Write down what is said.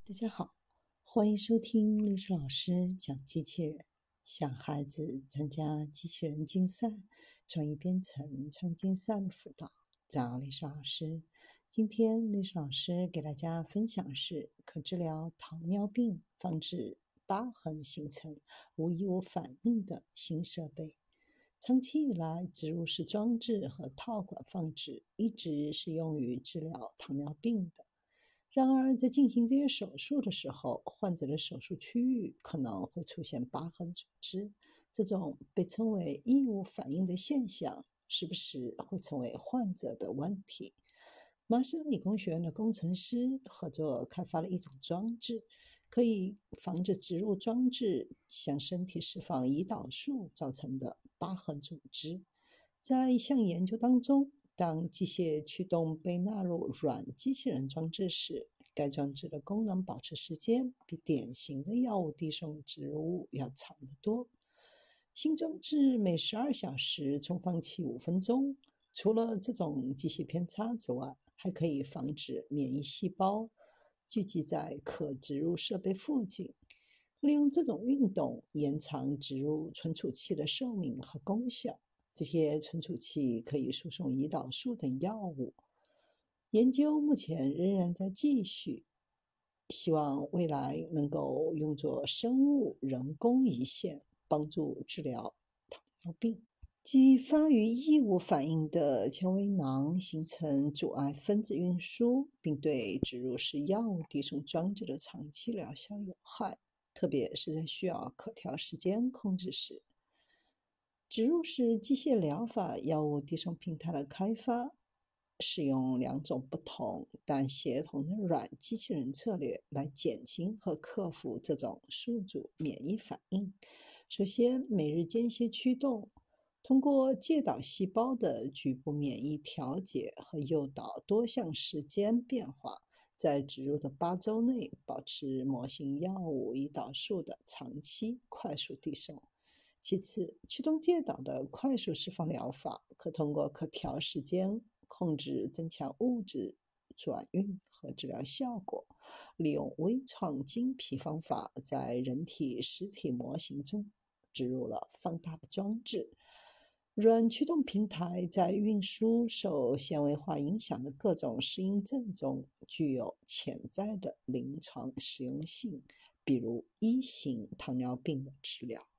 大家好，欢迎收听历史老师讲机器人，想孩子参加机器人竞赛、创意编程、创意竞赛的辅导，找历史老师。今天历史老师给大家分享的是可治疗糖尿病、防止疤痕形成无异物反应的新设备。长期以来，植入式装置和套管放置一直是用于治疗糖尿病的。然而，在进行这些手术的时候，患者的手术区域可能会出现疤痕组织，这种被称为异物反应的现象，时不时会成为患者的问题。麻省理工学院的工程师合作开发了一种装置，可以防止植入装置向身体释放胰岛素造成的疤痕组织。在一项研究当中，当机械驱动被纳入软机器人装置时，该装置的功能保持时间比典型的药物递送植入物要长得多。新装置每12小时充放器5分钟。除了这种机械偏差之外，还可以防止免疫细胞聚集在可植入设备附近。利用这种运动延长植入存储器的寿命和功效。这些存储器可以输送胰岛素等药物。研究目前仍然在继续，希望未来能够用作生物人工胰腺，帮助治疗糖尿病。激发于异物反应的纤维囊形成阻碍分子运输，并对植入式药物递送装置的长期疗效有害，特别是在需要可调时间控制时。植入式机械疗法药物递送平台的开发，使用2种不同但协同的软机器人策略来减轻和克服这种宿主免疫反应。首先，每日间歇驱动，通过介导细胞的局部免疫调节和诱导多项时间变化，在植入的8周内保持模型药物胰岛素的长期快速递送。其次，驱动介导的快速释放疗法可通过可调时间控制增强物质转运和治疗效果，利用微创精皮方法在人体实体模型中植入了放大的装置。软驱动平台在运输受纤维化影响的各种适应症中具有潜在的临床实用性，比如1型糖尿病的治疗。